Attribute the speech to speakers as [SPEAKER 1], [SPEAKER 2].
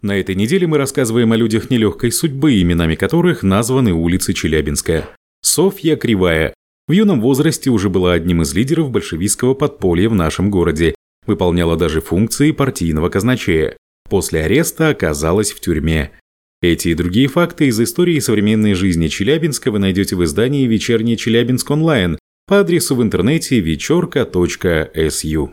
[SPEAKER 1] На этой неделе мы рассказываем о людях нелегкой судьбы, именами которых названы улицы Челябинска. Софья Кривая. В юном возрасте уже была одним из лидеров большевистского подполья в нашем городе. Выполняла даже функции партийного казначея. После ареста оказалась в тюрьме. Эти и другие факты из истории современной жизни Челябинска вы найдете в издании «Вечерний Челябинск онлайн» по адресу в интернете вечерка.су.